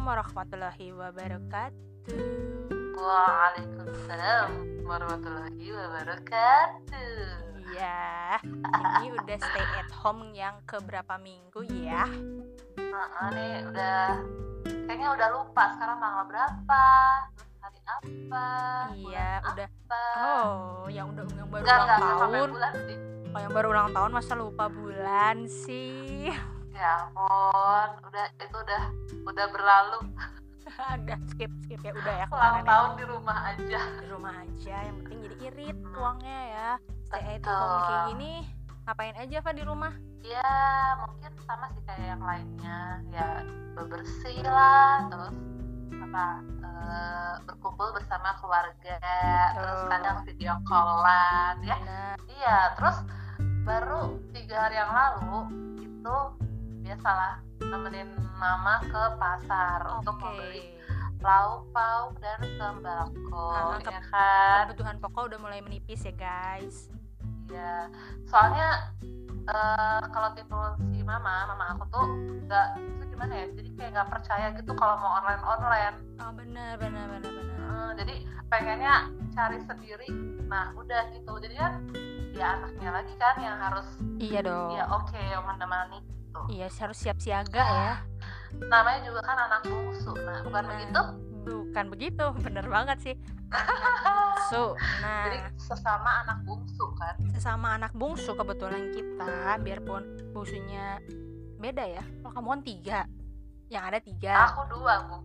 warahmatullahi wabarakatuh. Waalaikumsalam warahmatullahi wabarakatuh. Iya, ini udah stay at home yang keberapa minggu ya? Nih kayaknya udah lupa sekarang tanggal berapa, hari apa. Iya, udah. Apa. Yang baru Enggak ulang sampai tahun. bulan sih. Yang baru ulang tahun masa lupa bulan sih? Ya ampun, udah berlalu. Udah skip ya udah ya Ulang kemarin. tahun di rumah aja. Di rumah aja, yang penting jadi irit uangnya ya. Stay at Betul. home kayak gini, ngapain aja Fa di rumah? Ya mungkin sama sih kayak yang lainnya, ya bebersih lah, terus berkumpul bersama keluarga, terus kadang video callan ya. Bener. Iya, terus baru 3 hari yang lalu itu biasalah nemenin mama ke pasar untuk membeli lauk pauk dan sembako, ya kan? Kebutuhan pokok udah mulai menipis ya guys. Iya, soalnya kalau tipe si mama aku tuh nggak, itu gimana ya, jadi kayak nggak percaya gitu kalau mau online. Oh benar. Jadi pengennya cari sendiri. Nah udah gitu, jadi kan ya anaknya lagi kan yang harus, Iya dong. ya oke, menemani gitu. Iya, harus siap siaga ya. Namanya juga kan anak bungsu. Nah bukan begitu? Bukan begitu, bener banget sih. Bungsu. Nah, Jadi sesama anak bungsu kan. sesama anak bungsu kebetulan kita, biarpun bungsunya beda ya. Kalau kamu kan 3, yang ada 3. Aku 2 bu.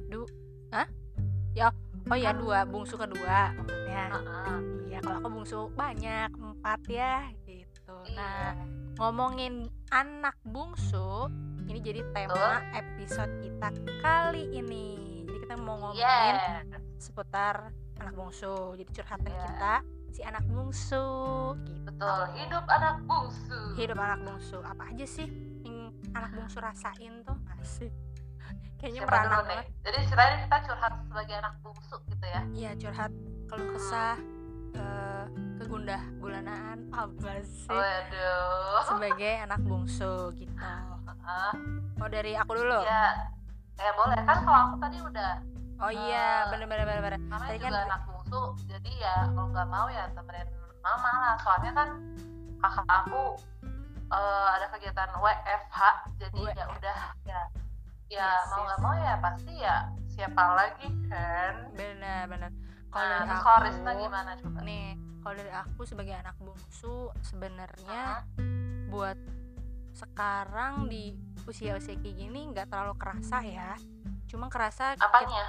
Oh ya 2, bungsu kedua maksudnya. Iya, kalau aku bungsu banyak 4 ya gitu. Nah, ngomongin anak bungsu, ini jadi tema episode kita kali ini. Jadi kita mau ngomongin seputar anak bungsu. Jadi curhatan kita si anak bungsu gitu. Betul, hidup anak bungsu. Hidup anak bungsu. Apa aja sih yang anak bungsu rasain tuh? Asik. Kayaknya Siapa merana dulu nih? banget. Jadi istilahnya kita curhat sebagai anak bungsu gitu ya. Iya, curhat keluh kesah, kegundah gulanaan apa sih Waduh. sebagai anak bungsu gitu. Mau dari aku dulu? Ya boleh kan, kalau aku tadi udah. Oh iya, bener. Namanya Tadi juga kan anak bungsu, jadi ya mau nggak mau ya temenin mama lah. Soalnya kan kakak aku ada kegiatan WFH, jadi ya udah ya mau nggak mau ya pasti ya siapa lagi kan. bener. Kalau dari Terus aku, kalau Risna gimana coba? nih, kalau dari aku sebagai anak bungsu sebenarnya buat sekarang di usia-usia kayak gini nggak terlalu kerasa ya. Cuma kerasa Apanya?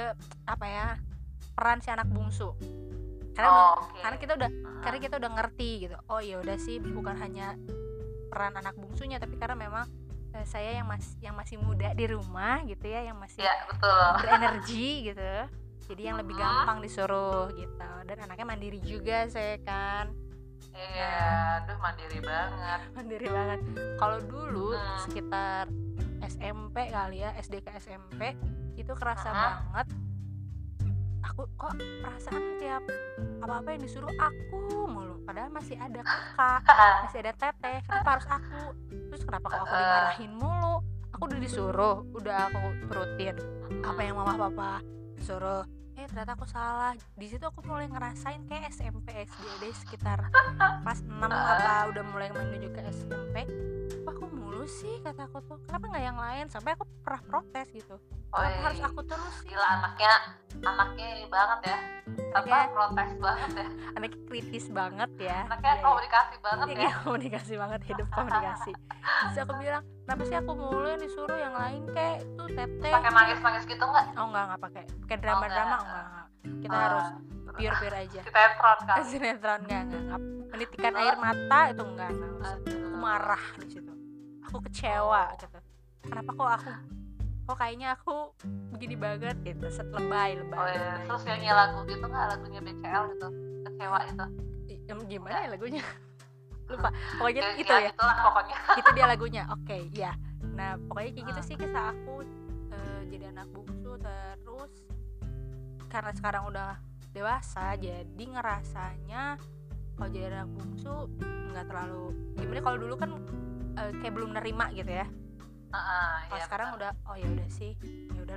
peran si anak bungsu. Karena kita udah ngerti gitu. Oh ya udah sih, bukan hanya peran anak bungsunya, tapi karena memang saya yang masih muda di rumah gitu ya, yang masih berenergi gitu. Jadi yang lebih gampang disuruh gitu. Dan anaknya mandiri juga saya kan. Iya, mandiri banget. Kalau dulu sekitar SMP kali ya, SD ke SMP itu kerasa banget. Aku kok perasaan tiap apa-apa yang disuruh aku mulu, padahal masih ada kakak, masih ada teteh, kenapa harus aku? Terus kenapa kok aku dimarahin mulu? Aku udah disuruh, udah aku turutin apa yang mama papa suruh. Ternyata aku salah. Di situ aku mulai ngerasain kayak SMP SD deh, sekitar kelas 6 apa udah mulai menuju ke SMP. Wah, aku mulu sih kata aku tuh. Kenapa nggak yang lain? Sampai aku pernah protes gitu. Kenapa harus aku terus sih? Gila, anaknya ini banget ya. Protes banget ya. Anaknya kritis banget ya. Anaknya komunikasi banget ya. Komunikasi banget, hidup komunikasi. Terus aku bilang, kenapa sih aku mulu yang disuruh, yang lain kayak tuh teteh. Pakai nangis gitu nggak? Oh enggak pakai drama-drama enggak. Kita harus pure aja. Sinetron kan? Sinetron enggak. Menitikan air mata itu enggak. Aku marah di situ. Aku kecewa gitu. Kenapa kok kayaknya aku begini banget gitu, lebay. Terus nyanyi lagu gitu nggak, lagunya BCL gitu, kecewa itu? Gimana ya lagunya? Lupa. Pokoknya gitu ya. Itulah pokoknya. Itu dia lagunya. Oke, ya. Nah pokoknya kayak gitu sih kisah aku jadi anak bungsu. Terus karena sekarang udah dewasa, jadi ngerasanya kalau jadi anak bungsu nggak terlalu gimana. Kalau dulu kan kayak belum nerima gitu ya. Kalau sekarang udah, oh ya udah sih, ya udahlah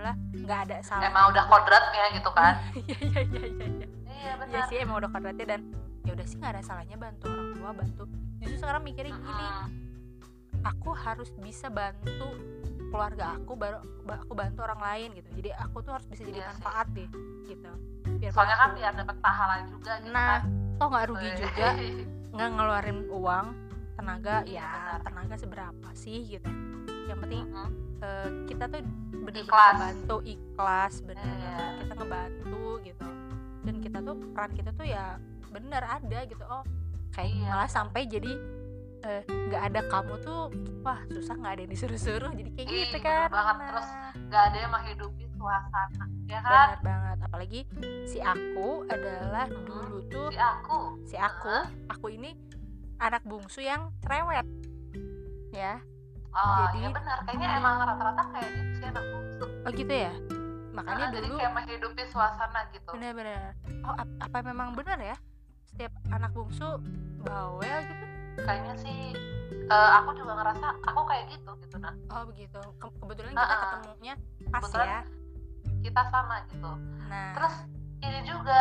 adalah nggak ada salah. Emang udah kodratnya gitu kan. Iya benar. Iya sih emang udah kodratnya, dan ya udah sih nggak ada salahnya bantu orang tua, bantu. Justru sekarang mikirnya gini, aku harus bisa bantu keluarga aku, baru aku bantu orang lain gitu. Jadi aku tuh harus bisa jadi manfaat deh gitu. Soalnya kan biar dapat pahala juga gitu. Nah, toh nggak rugi juga, nggak ngeluarin uang, tenaga, ya tenaga seberapa sih gitu. Yang penting kita tuh benar-benar bantu, ikhlas, benar-benar kita ngebantu gitu. Dan kita tuh peran kita tuh ya benar ada gitu. Oh kayak malah sampai jadi nggak ada kamu tuh wah susah, nggak ada yang disuruh-suruh, jadi kayak gitu kan. Banget. Terus nggak ada yang menghidupi suasana ya kan. Benar banget, apalagi si aku adalah dulu tuh si aku ini anak bungsu yang cerewet ya. Jadi ya benar, kayaknya emang rata-rata kayak gitu sih anak bungsu. Oh gitu ya, makanya dulu jadi kayak menghidupi suasana gitu. Benar-benar. Oh apa memang benar ya setiap anak bungsu bawel gitu? Kayaknya sih aku juga ngerasa aku kayak gitu nah. Oh begitu. Kebetulan kita ketemunya pas kebetulan ya. Kita sama gitu. Nah. Terus ini juga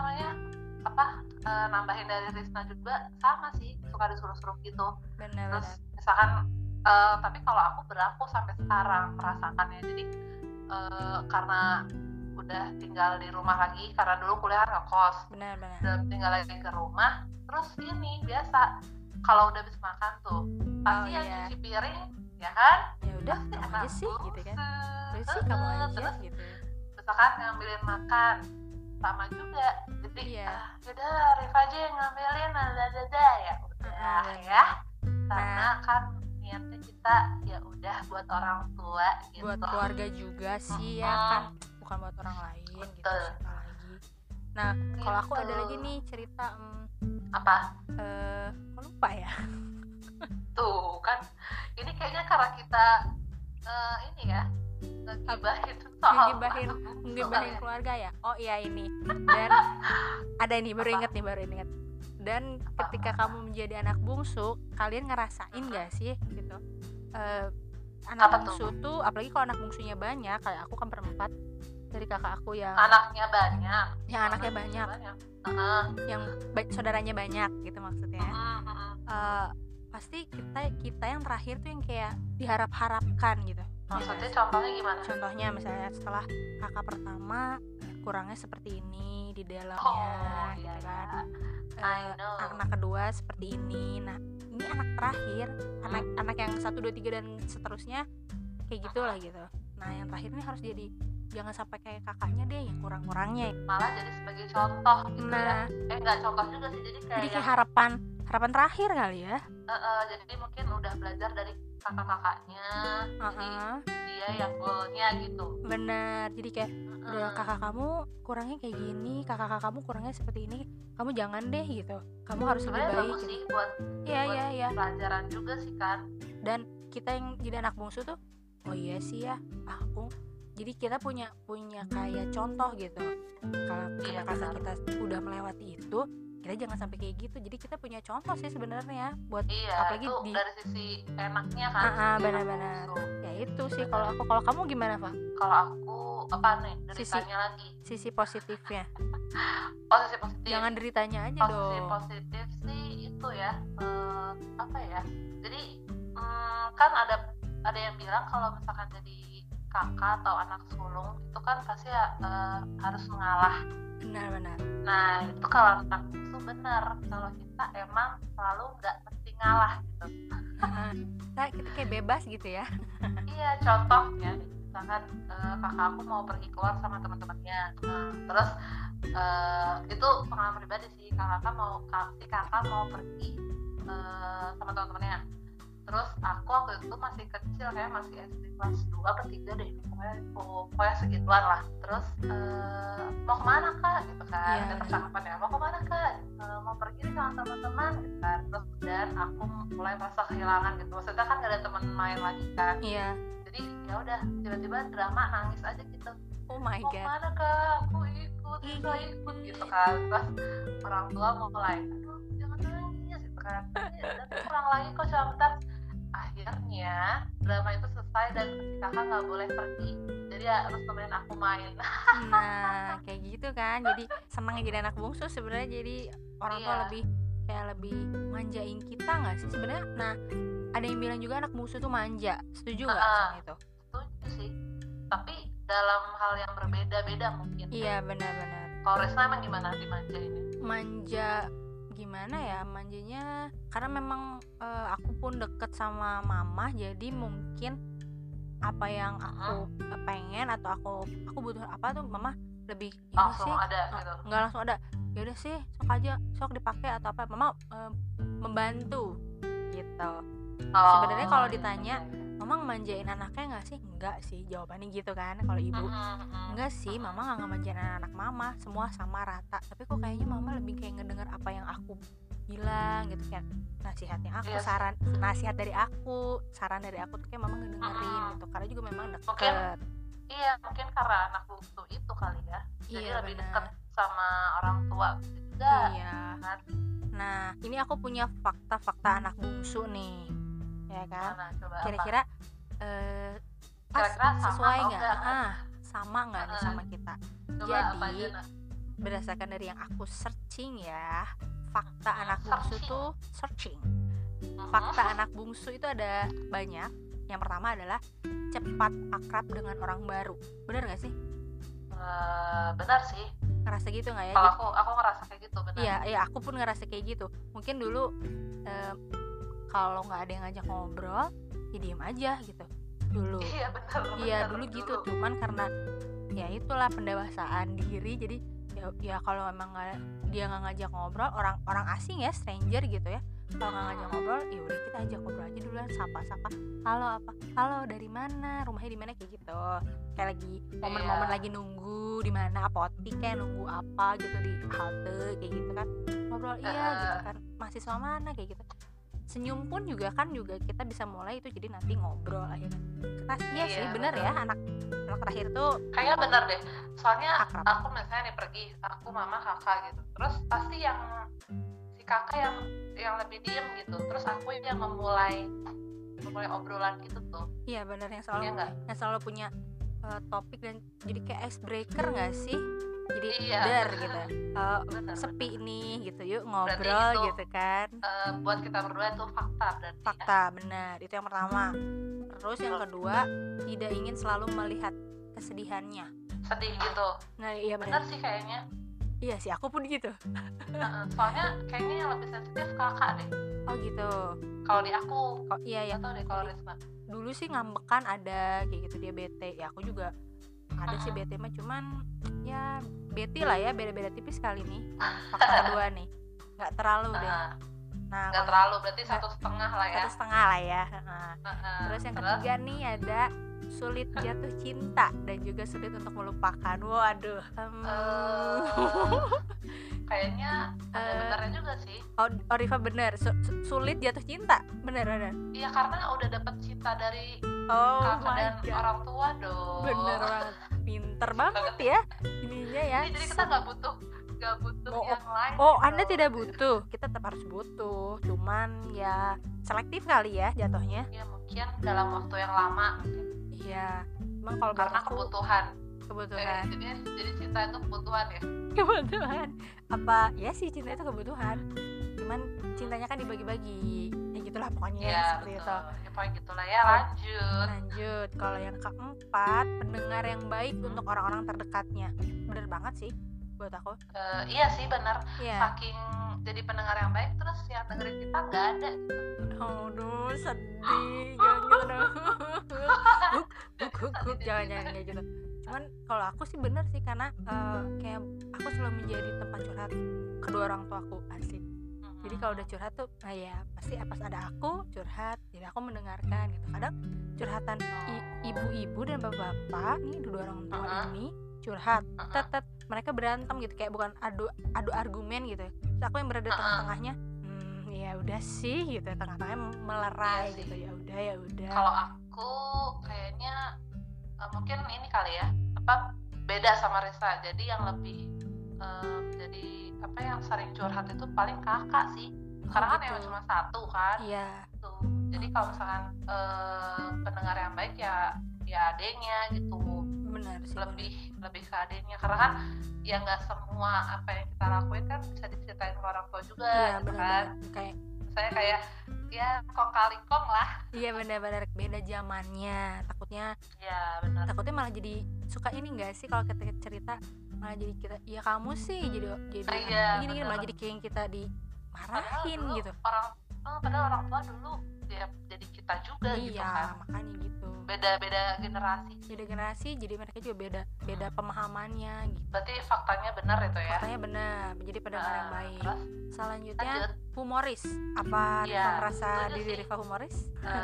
nambahin dari Risna juga sama sih, suka disuruh-suruh gitu. Benar. Terus misalkan tapi kalau aku berlaku sampai sekarang merasakannya. Jadi karena udah tinggal di rumah lagi, karena dulu kuliah ngekos. Benar. Udah tinggal lagi ke rumah. Terus ini biasa kalau udah habis makan tuh pasti yang cuci piring ya kan, ya udah kamu aja sih gitu kan, terus sih kamu aja gitu. Misalkan ngambilin makan sama juga, jadi yaudah Rif aja yang ngambilin, ya udah ya, karena kan niatnya kita ya udah buat orang tua gitu, buat keluarga juga sih ya kan, bukan buat orang lain gitu siapa lagi. Nah kalau aku ada lagi nih cerita apa? Kok lupa ya? Tuh kan, ini kayaknya karena kita ini ya ngibahin keluarga ya. Oh iya ini. Dan ada nih baru inget. Dan ketika kamu menjadi anak bungsu, kalian ngerasain gak sih gitu? Anak bungsu tuh, apalagi kalau anak bungsunya banyak, kayak aku kan berempat dari kakak aku yang anaknya banyak, yang saudaranya banyak gitu maksudnya. Pasti kita yang terakhir tuh yang kayak diharap-harapkan gitu. Maksudnya contohnya gimana? Contohnya misalnya setelah kakak pertama kurangnya seperti ini di dalamnya gitu kan. Anak kedua seperti ini. Nah ini anak terakhir, anak yang 1, 2, 3 dan seterusnya kayak gitulah gitu. Nah yang terakhir ini harus jadi jangan sampai kayak kakaknya deh yang kurang-kurangnya, malah jadi sebagai contoh gitu ya. Enggak contoh juga sih, jadi kayak harapan terakhir kali ya. Jadi mungkin udah belajar dari kakak-kakaknya, jadi dia yang goalnya gitu. Bener, jadi kayak udah kakak kamu kurangnya kayak gini, kakak kamu kurangnya seperti ini, kamu jangan deh gitu, kamu harus lebih baik bagus gitu. Sih buat pelajaran juga sih kan. Dan kita yang jadi anak bungsu tuh oh iya sih ya, aku jadi kita punya kayak contoh gitu. Kalau karena kita udah melewati itu, kita jangan sampai kayak gitu. Jadi kita punya contoh sih sebenarnya buat apalagi itu dari sisi enaknya kan. Benar-benar. Ya itu sih kalau aku. Kalau kamu gimana, Pak? Kalau aku apa nih? Deritanya lagi. Sisi positifnya. Sisi positif. Jangan deritanya aja dong. Sisi positif sih itu ya. Apa ya? Jadi kan ada yang bilang kalau misalkan jadi kakak atau anak sulung itu kan pasti harus mengalah. Benar. Nah itu kalau anak bungsu benar, kalau kita emang selalu nggak mesti ngalah gitu. Nah kita kayak bebas gitu ya. Iya, contohnya misalkan kakak aku mau pergi keluar sama teman-temannya, terus itu pengalaman pribadi sih, kakak mau pergi sama teman-temannya. Terus aku waktu itu masih kecil, kayak masih SD kelas 2 atau 3 deh, pokoknya segituan lah. Terus mau kemana kak gitu kan, ada percakapan ya, mau kemana kak, mau pergi nih sama teman-teman gitu kan. Terus dan aku mulai merasa kehilangan gitu, maksudnya kan gak ada teman main lagi kan. Jadi ya udah tiba-tiba drama nangis aja gitu. Oh my god, mau kemana kak, aku ikut gitu kan. Terus orang tua mau mulai, aduh jangan nangis gitu kan, dan pulang lagi kok cuma bentar. akhirnya drama itu selesai dan si kakak nggak boleh pergi, jadi harus temenin aku main. Nah kayak gitu kan, jadi senang jadi anak bungsu sebenarnya, jadi orang tua lebih kayak lebih manjain kita nggak sih sebenarnya. Nah ada yang bilang juga anak bungsu tuh manja, setuju nggak sama itu? Setuju sih, tapi dalam hal yang berbeda-beda mungkin. Iya benar-benar. Kalau Resna emang gimana dimanjainnya? Manja gimana ya, manjanya karena memang aku pun deket sama mama, jadi mungkin apa yang aku pengen atau aku butuh apa tuh mama lebih langsung sih, ada gitu. Nggak langsung ada, ya udah sih sok aja, sok dipakai atau apa, mama membantu gitu. Sebenarnya kalau ditanya mama manjain anaknya nggak sih, enggak sih jawabannya gitu kan. Kalau ibu enggak sih, mama nggak manjain anak mama, semua sama rata. Tapi kok kayaknya mama lebih kayak ngedenger apa yang aku bilang gitu kan, nasihatnya aku, nasihat dari aku, saran dari aku tuh kayak mama ngedengerin gitu, karena juga memang deket. Mungkin karena anak bungsu itu kali ya, jadi lebih dekat sama orang tua juga. Iya. Nah ini aku punya fakta anak bungsu nih, ya kan? Kira-kira sesuai nggak? Sama nggak nih sama kita? Jadi berdasarkan dari yang aku searching ya, fakta anak bungsu tuh fakta anak bungsu itu ada banyak. Yang pertama adalah cepat akrab dengan orang baru. Benar nggak sih? Benar sih. Ngerasa gitu nggak ya? Kalau aku ngerasa kayak gitu, benar. Iya, aku pun ngerasa kayak gitu. Mungkin dulu kalau nggak ada yang ngajak ngobrol, ya diem aja gitu. Dulu. Iya benar. Iya dulu gitu. Cuman karena ya itulah pendewasaan diri, jadi ya kalau emang dia nggak ngajak ngobrol, orang asing ya, stranger gitu ya, kalau nggak ngajak ngobrol, ya udah kita ajak ngobrol aja duluan, sapa, halo dari mana, rumahnya di mana, kayak gitu. Kayak lagi momen-momen lagi nunggu di mana, apotik kayak nunggu apa gitu di halte kayak gitu kan, ngobrol gitu kan, mahasiswa mana kayak gitu. Senyum pun juga kita bisa mulai itu, jadi nanti ngobrol akhirnya. Iya sih bener ya, anak terakhir tuh kayaknya bener deh, soalnya aku misalnya nih pergi, aku mama kakak gitu, terus pasti yang si kakak yang lebih diem gitu, terus aku yang memulai obrolan gitu tuh. Iya bener, yang selalu punya topik dan jadi kayak icebreaker nggak sih, jadi gitu, sepi nih gitu, yuk ngobrol itu, gitu kan. Buat kita berdua itu fakta benar, itu yang pertama. Terus yang kedua, tidak ingin selalu melihat kesedihannya. Sedih gitu. Nah iya benar sih kayaknya. Iya sih, aku pun gitu. Soalnya kayaknya yang lebih sensitif kakak deh. Oh gitu. Kalau di aku. Iya. Atau deh kalau Risma. Dulu sih ngambekan ada kayak gitu, dia bete. Ya aku juga ada sih bete mah, cuman ya bete lah ya, beda-beda tipis kali nih. Fakta kedua nih, nggak terlalu deh. Nah, nggak terlalu, berarti 1,5 lah ya. 1,5 lah ya. Terus yang ketiga nih ada sulit jatuh cinta dan juga sulit untuk melupakan. Waduh. Kayaknya ada benarnya juga sih. Rifa bener, sulit jatuh cinta, bener. Iya, karena udah dapet cinta dari kakak dan orang tua dong. Bener banget, pinter banget ya ininya ya. Jadi kita nggak butuh yang lain. Anda tidak butuh, kita tetap harus butuh, cuman ya selektif kali ya jatuhnya. Ya mungkin dalam waktu yang lama. Iya, emang kalau karena kebutuhan. Jadi cinta itu kebutuhan ya. Kebutuhan apa ya sih, cinta itu kebutuhan, cuman cintanya kan dibagi-bagi ya gitulah pokoknya ya, seperti betul. itu Ya pokoknya gitulah ya. Lanjut. Kalau yang keempat, pendengar yang baik untuk orang-orang terdekatnya. Bener banget sih buat aku. Iya sih benar. Saking jadi pendengar yang baik, terus yang dengerin kita nggak ada gitu. Aduh sedih, jangan jangan kayak gitu. Cuman kalau aku sih bener sih, karena kayak aku selalu menjadi tempat curhat kedua orang tua aku, asik. Jadi kalau udah curhat tuh, nah ya pasti pas ada aku curhat, jadi aku mendengarkan gitu. Kadang curhatan ibu-ibu dan bapak-bapak nih, dua orang tua ini curhat, mereka berantem gitu, kayak bukan adu argumen gitu. Terus aku yang berada tengah-tengahnya, ya udah sih gitu, tengah-tengahnya melerai gitu, ya udah. Kalau aku kayaknya mungkin ini kali ya, beda sama Risa, jadi yang lebih yang sering curhat itu paling kakak sih, karena kan yang cuma satu kan. Iya. Tuh. Jadi kalau misalkan pendengar yang baik ya adenya gitu. Benar sih, lebih ke adenya, karena kan ya nggak semua apa yang kita lakuin kan bisa diceritain ke orang tua juga. Iya, gitu benar, kan. Saya kayak ya kong kali kong lah. Iya, benar-benar beda zamannya. Takutnya malah jadi suka ini nggak sih kalau kita cerita malah jadi kita ya kamu sih jadi gini malah jadi kayak kita dimarahin gitu. Padahal orang tua dulu ya jadi kita juga gitu kan. Iya, makanya gitu. Beda generasi, jadi mereka juga beda pemahamannya gitu. Berarti faktanya benar itu ya? Faktanya benar, menjadi pendengar yang baik. Selanjutnya humoris. Apa Rifa merasa diri Rifa humoris?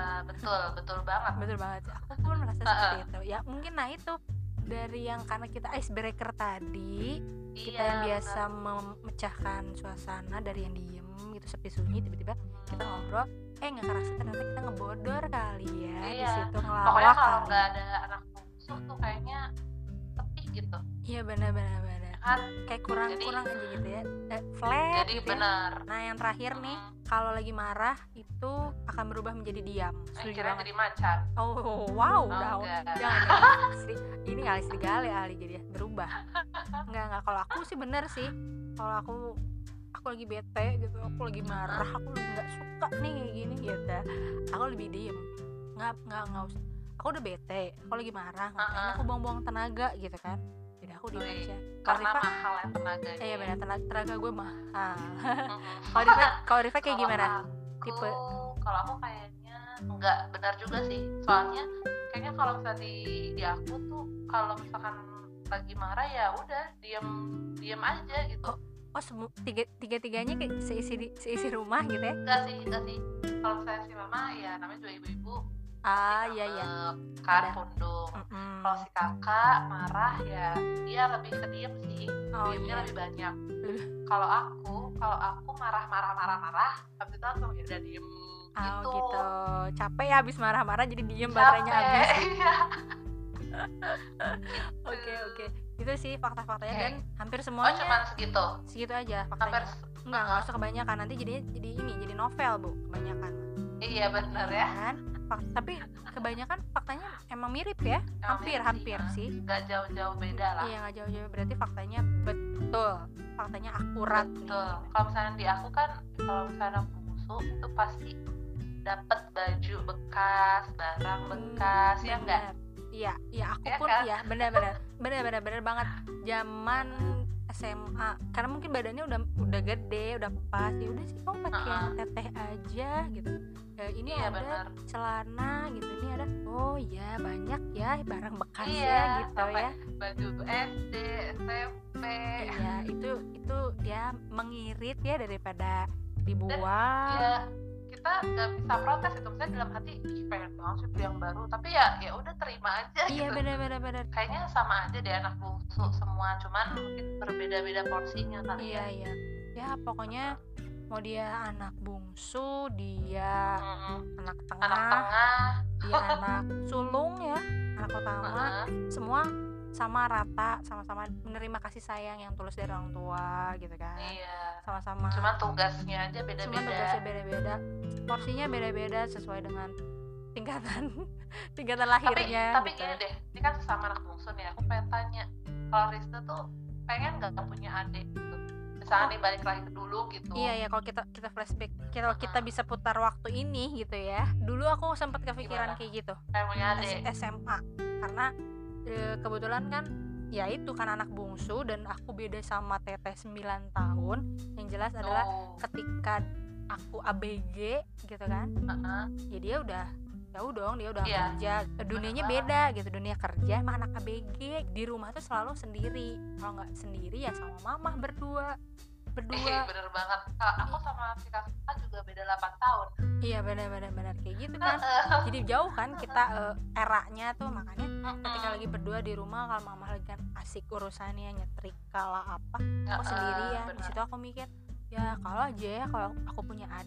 Betul banget. Betul banget. Aku pun merasa seperti itu. Ya mungkin itu dari yang karena kita icebreaker tadi, kita yang biasa memecahkan suasana dari yang diem gitu sepi sunyi, tiba-tiba kita ngobrol, nggak kerasa ternyata kita ngebodor kali ya. Di situ ngelawak. Pokoknya kalau nggak ada anak bungsu tuh kayaknya sepi gitu. Iya, benar kan? Kayak kurang aja gitu ya, flat jadi gitu benar ya. Nah yang terakhir nih, kalau lagi marah itu akan berubah menjadi diam. Setuju banget. Jadi macan. Oh wow, jangan ini kali serigala kali jadi ya, berubah. Enggak, kalau aku sih bener sih. Kalau aku lagi bete gitu, aku lagi marah, aku lagi nggak suka nih kayak gini gitu, aku lebih diem. Nggak usah. Aku udah bete, aku lagi marah, ngapain aku buang-buang tenaga gitu kan. Jadi aku diem aja. Karena mahal ya tenaganya. Iya benar, tenaga gue mahal. Kalau Rifa kayak gimana? Tipe? Kalau aku kayaknya nggak benar juga sih. Soalnya kayaknya kalau misalnya di aku tuh kalau misalkan lagi marah ya udah diem aja gitu. Tiga-tiganya kayak seisi rumah gitu ya? Enggak sih. Kalau saya si mama ya namanya juga ibu-ibu. Iya. Kan pundung. Kalau si kakak marah ya dia lebih ke diem sih. Diemnya lebih banyak. Kalau aku marah, habis itu langsung ya udah diem gitu. Gitu. Capek ya habis marah-marah jadi diem, baterainya habis. Oke. Itu sih fakta-faktanya dan hampir semuanya. Cuma segitu aja faktanya. Enggak usah kebanyakan, nanti jadi novel Bu, kebanyakan. Iya benar ya. Kan? Tapi kebanyakan faktanya emang mirip ya, hampir sih. Nggak jauh-jauh beda lah. Iya, nggak jauh-jauh, berarti faktanya betul, faktanya akurat. Betul. Kalau misalnya di aku kan, kalau misalnya bungsu itu pasti dapat baju bekas, barang bekas, ya enggak? Iya, aku pun kan? ya, benar banget. Zaman SMA, karena mungkin badannya udah gede, udah pas, ya udah sih kamu pakai yang teteh aja gitu. Ini ada celana gitu, ini ada, oh ya banyak ya barang bekasnya gitu ya. Baju SD, SMP. Iya, itu dia mengirit ya daripada dibuang. Iya, kita nggak bisa protes itu, misalnya dalam hati pengen banget sih beli yang baru, tapi ya udah terima aja. Iya, gitu. benar. Kayaknya sama aja deh anak bungsu semua, cuman mungkin berbeda-beda porsinya kali ya. Iya. Ya pokoknya mau dia anak bungsu, dia anak tengah, dia anak sulung ya, anak utama, semua sama rata, sama-sama menerima kasih sayang yang tulus dari orang tua gitu kan. Iya. Sama-sama. Cuman tugasnya aja beda-beda. Porsinya beda-beda sesuai dengan tingkatan lahirnya. Tapi gitu. Gini deh, ini kan sesama anak bungsu nih, aku pengen tanya, kalau Rista tuh pengen nggak punya adik gitu? Misalnya nih balik lagi ke dulu gitu. Iya, kalau kita flashback, kita bisa putar waktu ini gitu ya. Dulu aku sempat kepikiran kayak gitu. Pengen punya adik. SMA, karena kebetulan kan ya itu kan anak bungsu dan aku beda sama teteh 9 tahun. Yang jelas adalah ketika aku ABG gitu kan, ya dia udah jauh dong, dia udah kerja, dunianya beda gitu, dunia kerja sama anak ABG. Di rumah tuh selalu sendiri, kalau nggak sendiri ya sama mama berdua. Bener banget. Aku sama si kakak juga beda 8 tahun. Iya, benar kayak gitu kan. Jadi jauh kan kita eranya tuh, makanya ketika lagi berdua di rumah, kalau mama lagi kan asik urusannya nyetrika lah apa, aku sendirian. Di situ aku mikir, ya kalau aku punya adik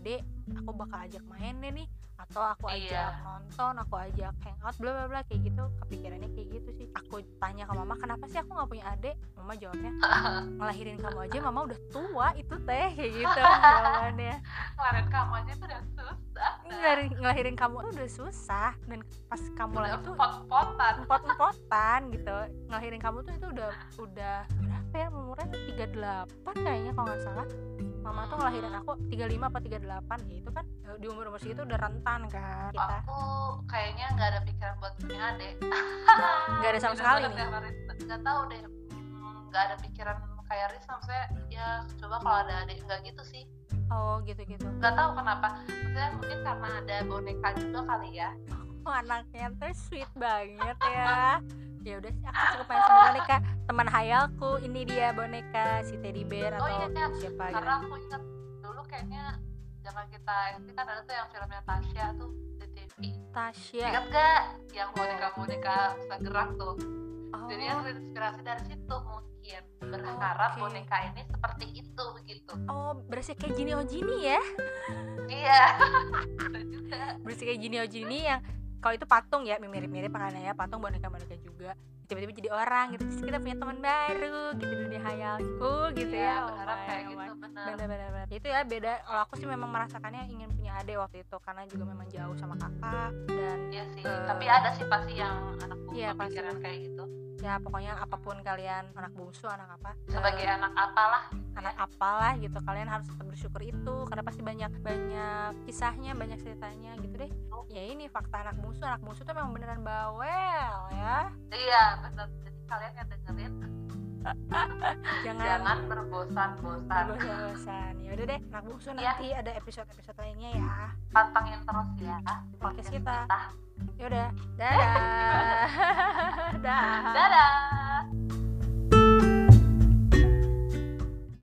aku bakal ajak main deh nih, atau aku ajak nonton, aku ajak hangout bla bla bla kayak gitu. Kepikirannya kayak gitu sih. Aku tanya ke mama, kenapa sih aku nggak punya adik? Mama jawabnya, ngelahirin kamu aja mama udah tua itu teh, kayak gitu jawabannya. Ngelahirin kamu aja itu udah susah. Ngelahirin kamu tuh udah susah, dan pas kamu lah itu empot-empotan gitu. Ngelahirin kamu tuh itu udah berapa ya umurnya, 38 kayaknya kalau nggak salah. Mama tuh ngelahirin aku 35 apa 38 gitu kan, di umur segitu udah rentan kan kita. Aku kayaknya nggak ada pikiran buat punya adik. Nggak ada sama sekali nih. Nggak tahu deh, nggak ada pikiran kayak Riz, maksudnya ya coba kalau ada adik, nggak gitu sih. Oh gitu. Nggak tahu kenapa, maksudnya mungkin karena ada boneka juga kali ya. Oh, anaknya tuh sweet banget ya. Ya udah sih, aku cukup main sama boneka teman hayalku. Ini dia boneka si teddy bear atau siapa gitu. Karena aku ingat dulu kayaknya zaman kita SD kan ada tuh yang filmnya Tasya tuh di TV. Tasya. Ingat gak yang boneka bisa gerak tuh? Jadi yang terinspirasi dari situ mungkin, berharap boneka ini seperti itu begitu. Oh, berarti kayak Gini Ojini ya? Iya. Berarti kayak Gini Ojini yang kalau itu patung ya, mirip-mirip pakannya ya, patung boneka-boneka juga. Tiba-tiba jadi orang gitu, terus kita punya teman baru gitu, dunia hayalku gitu ya. Berharap kayak gitu, benar. Itu ya beda. Kalau aku sih memang merasakannya ingin punya adik waktu itu, karena juga memang jauh sama kakak. Dan iya sih, tapi ada sih pasti yang anak bungsu pikiran kayak gitu. Ya pokoknya apapun kalian, anak bungsu, anak apa, sebagai anak apalah gitu, kalian harus tetap bersyukur itu, karena pasti banyak kisahnya, banyak ceritanya gitu deh. Ya ini fakta anak bungsu tuh memang beneran bawel ya. Iya bener, jadi kalian yang dengerin jangan berbosan. Ya udah deh, anak bungsu nanti ada episode lainnya ya, pantengin terus ya podcast kita. Ya udah, dadah. Dadah.